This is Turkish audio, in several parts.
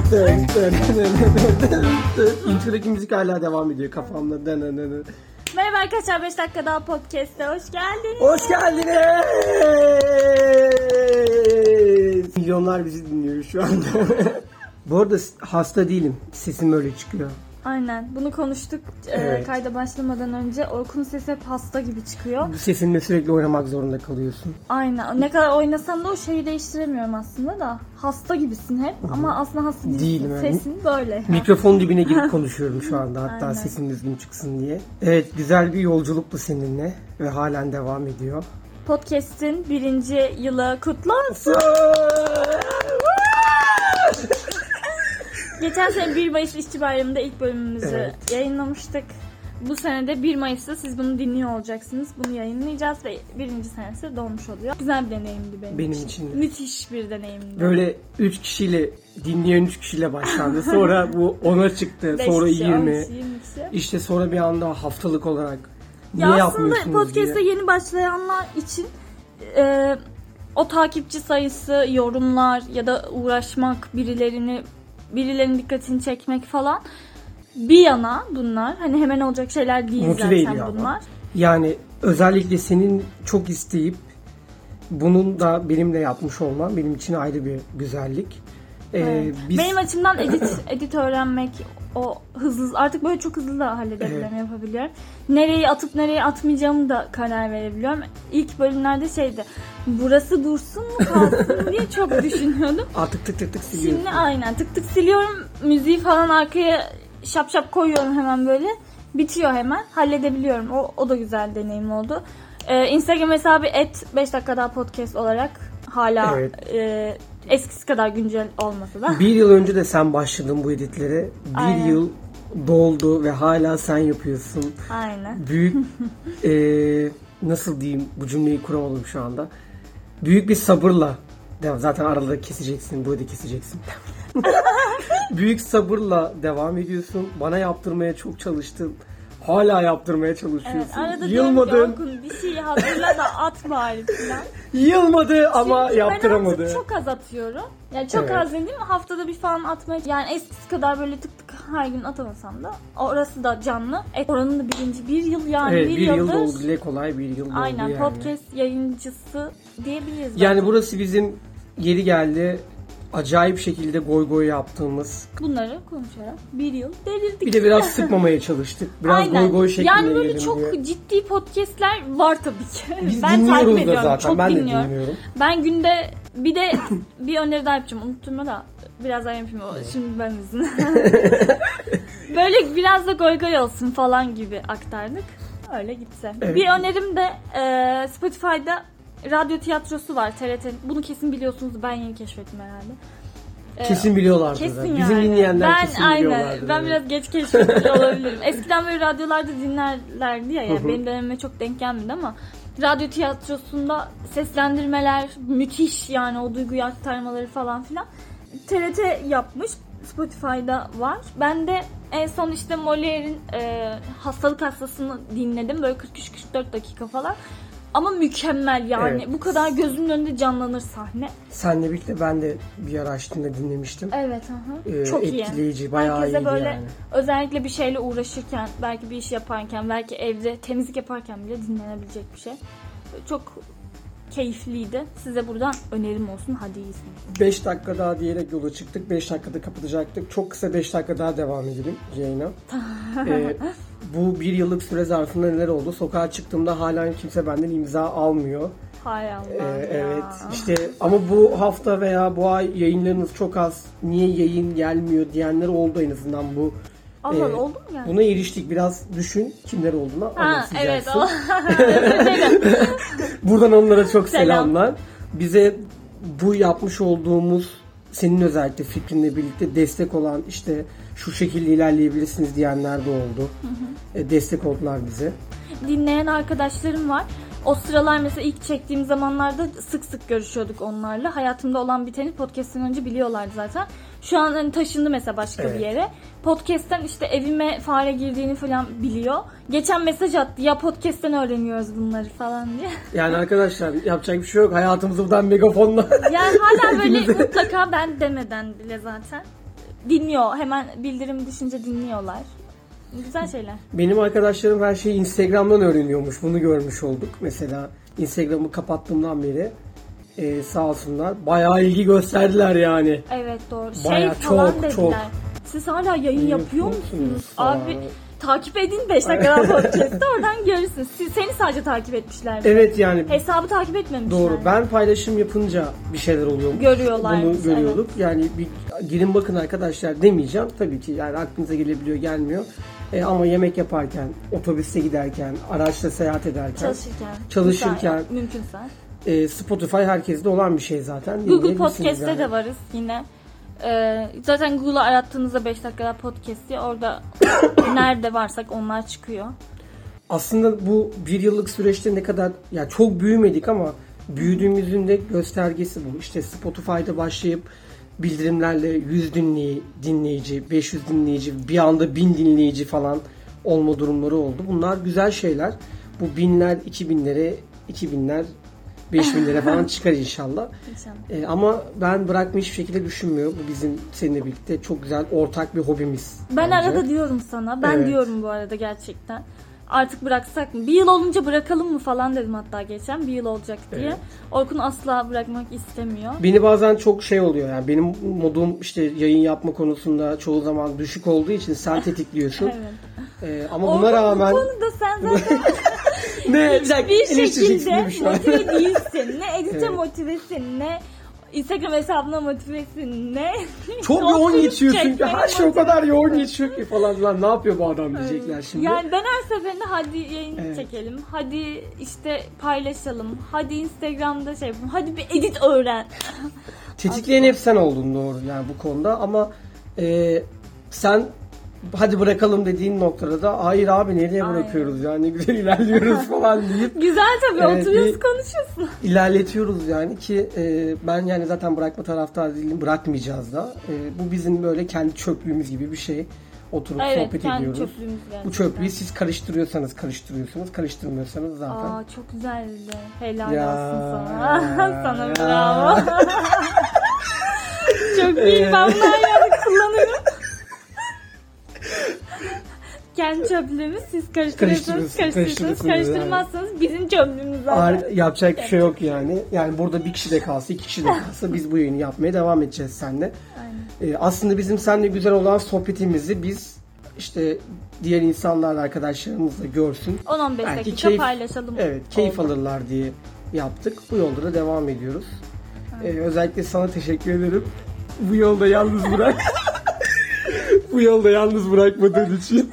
İntrodaki müzik hala devam ediyor kafamda. Merhaba arkadaşlar, 5 dakika daha podcast'te hoş geldiniz. Hoş geldiniz. Milyonlar bizi dinliyor şu anda. Bu arada hasta değilim. Sesim öyle çıkıyor. Aynen, bunu konuştuk Evet. Kayda başlamadan önce. Orkun'un sesi hep hasta gibi çıkıyor. Bu sesinle sürekli oynamak zorunda kalıyorsun. Aynen, ne kadar oynasam da o şeyi değiştiremiyorum aslında da. Hasta gibisin hep ama aslında hasta değilsin. Değilim yani. Sesin böyle. Mikrofon dibine girip konuşuyorum şu anda. Hatta Aynen. sesim düzgün çıksın diye. Evet, güzel bir yolculuktu seninle ve halen devam ediyor. Podcast'in 1. yılı kutlu olsun. Geçen sene 1 Mayıs İşçi Bayramı'nda ilk bölümümüzü yayınlamıştık. Bu sene de 1 Mayıs'ta siz bunu dinliyor olacaksınız. Bunu yayınlayacağız ve 1. senesi dolmuş oluyor. Güzel bir deneyimdi benim için. Müthiş bir deneyimdi. Böyle 3 kişiyle, dinleyen 3 kişiyle başlandı. Sonra bu 10'a çıktı. Sonra 20. İşte sonra bir anda haftalık olarak niye yapmıyorsunuz aslında podcast'e yeni başlayanlar için o takipçi sayısı, yorumlar ya da uğraşmak, birilerinin dikkatini çekmek falan bir yana bunlar. Hani hemen olacak şeyler değil motive zaten bunlar. Ama. Yani özellikle senin çok isteyip bunun da benimle yapmış olman benim için ayrı bir güzellik. Evet. Benim açımdan edit öğrenmek, o hızlı, artık böyle çok hızlı da halledebiliyorum, yapabiliyorum. Nereyi atıp nereyi atmayacağımı da karar verebiliyorum. İlk bölümlerde şeydi, burası dursun mu kalsın mı diye çok düşünüyordum. Artık tık tık tık siliyorum. Şimdi aynen tık tık siliyorum, müziği falan arkaya şap şap koyuyorum hemen böyle. Bitiyor hemen, halledebiliyorum. O da güzel deneyim oldu. Instagram hesabı @5 dakika daha podcast olarak hala eskisi kadar güncel olmasa da. 1 yıl önce de sen başladın bu editlere. 1 yıl doldu ve hala sen yapıyorsun. Aynen. Büyük nasıl diyeyim, bu cümleyi kuramadım şu anda. Büyük bir sabırla, zaten arada keseceksin, burada keseceksin. Büyük sabırla devam ediyorsun. Bana yaptırmaya çok çalıştın. Hala yaptırmaya çalışıyorsun. Evet, arada Yılmadın. Bir şey hazırla da at bari falan. Yılmadı ama çünkü yaptıramadı. Ben artık çok az atıyorum. Yani çok az dediğim, haftada bir falan atmaya. Yani eskisi kadar böyle tık tık her gün atamasam da orası da canlı. Oranın da bir yıl yani. Evet, bir yıl yıldır. oldu. Dile kolay bir yıl oldu. Aynen, yani. podcast yayıncısı diyebiliriz. Yani burası bizim yeri geldi. Acayip şekilde goy goy yaptığımız. Bunları konuşarak bir yıl delirdik. Bir de biraz sıkmamaya çalıştık. Biraz aynen. goy goy şeklinde yani böyle girelim çok diye. ciddi podcastler var tabii ki. Biz ben dinliyoruz takip da ediyorum. zaten. Çok Ben de dinliyorum. dinliyorum. Ben günde bir öneri daha yapacağım. Unutturma da birazdan yapayım. Şimdi ben izin. Böyle biraz da goy goy olsun falan gibi aktardık. Öyle gitse. Evet. Bir önerim de Spotify'da radyo tiyatrosu var, TRT. Bunu kesin biliyorsunuz. Ben yeni keşfettim herhalde. Kesin biliyorlardır. Kesin da. yani. Bizim dinleyenler kesin biliyorlardır. Ben biraz geç keşfetmiş olabilirim. Eskiden böyle radyolarda dinlerlerdi ya. Yani benim dönemime çok denk gelmedi ama radyo tiyatrosunda seslendirmeler müthiş, yani o duyguyu aktarmaları falan filan. TRT yapmış. Spotify'da var. Ben de en son işte Molière'in Hastalık Hastası'nı dinledim. Böyle 43-44 dakika falan. Ama mükemmel yani. Evet. Bu kadar gözümün önünde canlanır sahne. Senle birlikte ben de bir ara açtığımda dinlemiştim. Evet. Çok iyi. Etkileyici, bayağı Herkese iyiydi böyle yani. özellikle bir şeyle uğraşırken, belki bir iş yaparken, belki evde temizlik yaparken bile dinlenebilecek bir şey. Çok keyifliydi. Size buradan önerim olsun. Hadi iyisin. 5 dakika daha diyerek yola çıktık. 5 dakikada kapatacaktık. Çok kısa 5 dakika daha devam edelim yayına. Bu 1 yıllık süre zarfında neler oldu? Sokağa çıktığımda hala kimse benden imza almıyor. Hay Allah Evet. İşte ama bu hafta veya bu ay yayınlarınız çok az. Niye yayın gelmiyor diyenler oldu en azından bu. Allah oldu mu yani? Buna eriştik. Biraz düşün kimler olduğunu anlatacaksın. Evet. Buradan onlara çok selamlar. Bize bu yapmış olduğumuz, senin özellikle fikrinle birlikte destek olan, işte şu şekilde ilerleyebilirsiniz diyenler de oldu. Destek oldular bize. Dinleyen arkadaşlarım var. O sıralar mesela ilk çektiğim zamanlarda sık sık görüşüyorduk onlarla. Hayatımda olan biteni podcast'ten önce biliyorlardı zaten. Şu an hani taşındı mesela başka bir yere. Podcast'ten işte evime fare girdiğini falan biliyor. Geçen mesaj attı. Ya podcast'ten öğreniyoruz bunları falan diye. Yani arkadaşlar yapacak bir şey yok. Hayatımızı buradan megafonla. Yani hala böyle mutlaka ben demeden bile zaten dinliyor. Hemen bildirim düşünce dinliyorlar. Güzel şeyler. Benim arkadaşlarım her şeyi Instagram'dan öğreniyormuş. Bunu görmüş olduk. Mesela Instagram'ı kapattığımdan beri sağ olsunlar. Bayağı ilgi gösterdiler yani. Evet doğru. Bayağı falan çok, dediler. çok. Siz hala yayın yapıyor Yapıyor musunuz? musunuz falan? Abi takip edin 5 dakikadan podcast'ı oradan görürsünüz. Seni sadece takip etmişler. Evet yani Hesabı takip etmemişler. doğru. Ben paylaşım yapınca bir şeyler oluyor. Görüyorlar. Bunu görüyorduk. Yani bir girin bakın arkadaşlar demeyeceğim. Tabii ki yani aklınıza gelebiliyor, gelmiyor. Ama yemek yaparken, otobüste giderken, araçla seyahat ederken, çalışırken mümkünse. Spotify herkeste olan bir şey zaten. Google Dinleyebilirsiniz Podcast'te yani. de varız yine. Zaten Google'a arattığınızda 5 dakikada podcast diye orada nerede varsak onlar çıkıyor. Aslında bu bir yıllık süreçte ne kadar ya çok büyümedik ama büyüdüğümüzün de göstergesi bu. İşte Spotify'da başlayıp bildirimlerle 100 dinleyici, 500 dinleyici, bir anda 1000 dinleyici falan olma durumları oldu. Bunlar güzel şeyler. Bu binler, 2000'lere, 2000'ler, 5000'lere falan çıkar inşallah. İnşallah. Ama ben bırakmayı hiçbir şekilde düşünmüyorum. Bu bizim seninle birlikte çok güzel ortak bir hobimiz. Ben bence. arada diyorum sana. Ben Evet. diyorum bu arada gerçekten. Artık bıraksak mı? Bir yıl olunca bırakalım mı falan dedim hatta geçen. Bir yıl olacak diye. Evet. Orkun asla bırakmak istemiyor. Beni bazen çok şey oluyor yani benim modum işte yayın yapma konusunda çoğu zaman düşük olduğu için sen tetikliyorsun. Evet. Ama buna rağmen Bu konuda sen zaten ne bir dakika bir eleştireceksin şekilde gibi şu an. motive değilsin. Ne edite Evet. motivesin, ne Instagram hesabına motivesin, ne Çok yoğun film geçiyorsun ki çekmeye her şey o kadar yoğun geçiyor ki falan filan ne yapıyor bu adam Evet. diyecekler şimdi. Yani ben her seferinde hadi yayın Evet. çekelim, hadi işte paylaşalım, hadi Instagram'da şey yapalım, hadi bir edit öğren. Tetikleyen hep sen oldun doğru yani bu konuda ama sen hadi bırakalım dediğin noktada da hayır abi nereye Aynen. bırakıyoruz yani ne güzel ilerliyoruz falan deyip Güzel tabii Evet, oturuyoruz bir- konuşuyorsun. ilerletiyoruz yani ki ben yani zaten bırakma taraftarı değilim bırakmayacağız da. Bu bizim böyle kendi çöplüğümüz gibi bir şey. Oturup Evet sohbet kendi ediyoruz. çöplüğümüz gerçekten. Bu çöplüğü siz karıştırıyorsanız karıştırıyorsunuz, karıştırmıyorsanız zaten. Aa çok güzeldi. Helal Ya. olsun sana. Sana bravo. Çok iyi. Ben bunu her yerde kullanırım. Kendi çöplüğümüz siz karıştırıyorsunuz, Karıştırıyorsunuz, karıştırmazsanız bizim çöplüğümüz zaten. Yapacak bir şey yok yani. Yani burada bir kişi de kalsa, iki kişi de kalsa biz bu yayını yapmaya devam edeceğiz seninle. Aynen. Aslında bizim seninle güzel olan sohbetimizi biz işte diğer insanlarla arkadaşlarımızla görsün. 10-15 Belki dakika paylaşalım. Evet, keyif oldu. alırlar diye yaptık. Bu yolda da devam ediyoruz. Özellikle sana teşekkür ederim. Bu yolda yalnız bırak. Bu yolda yalnız bırakmadığın için.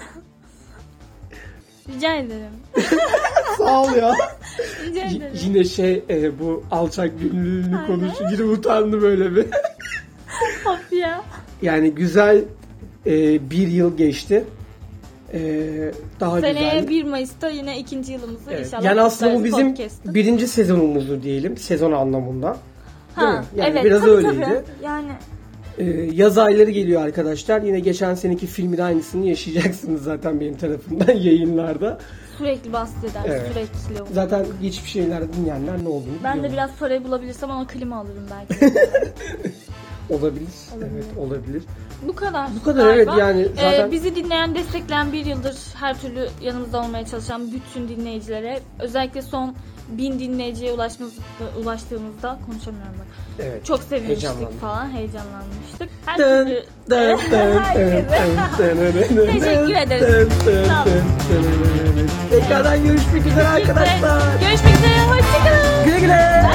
Rica ederim. Sağ ol ya. Rica ederim. Yine bu alçak gönüllülüğünü konuştu. Yine utandı böyle bir. Of ya. Yani güzel bir yıl geçti. Daha Seneye güzel. 1 Mayıs'ta yine ikinci yılımızı Evet. inşallah Yani aslında bu kutlarız bizim podcast'ın. birinci sezonumuzdu diyelim. Sezon anlamında. Değil mi? Yani evet, biraz tabii, öyleydi. Tabii. Yani Yaz ayları geliyor arkadaşlar. Yine geçen seneki filmin aynısını yaşayacaksınız zaten benim tarafımdan yayınlarda. sürekli bahseder, Evet. sürekli. Zaten geçmiş şeyler dinleyenler ne olduğunu Ben de biliyor. biraz parayı bulabilirsem ona klima alırım belki. Olabilir. Evet, olabilir. Bu kadar. Bu kadar, evet, galiba. yani zaten- Bizi dinleyen, destekleyen bir yıldır her türlü yanımızda olmaya çalışan bütün dinleyicilere, özellikle son 1000 dinleyiciye ulaştığımızda konuşamıyorum bak. Evet. Çok sevinmiştik Heyecanlandım. falan, heyecanlanmıştık. Her Dın, türlü dın, dın, herkese teşekkür ederiz. Sağ olun. Tekrardan görüşmek üzere arkadaşlar. Görüşmek üzere, hoşçakalın. Güle güle.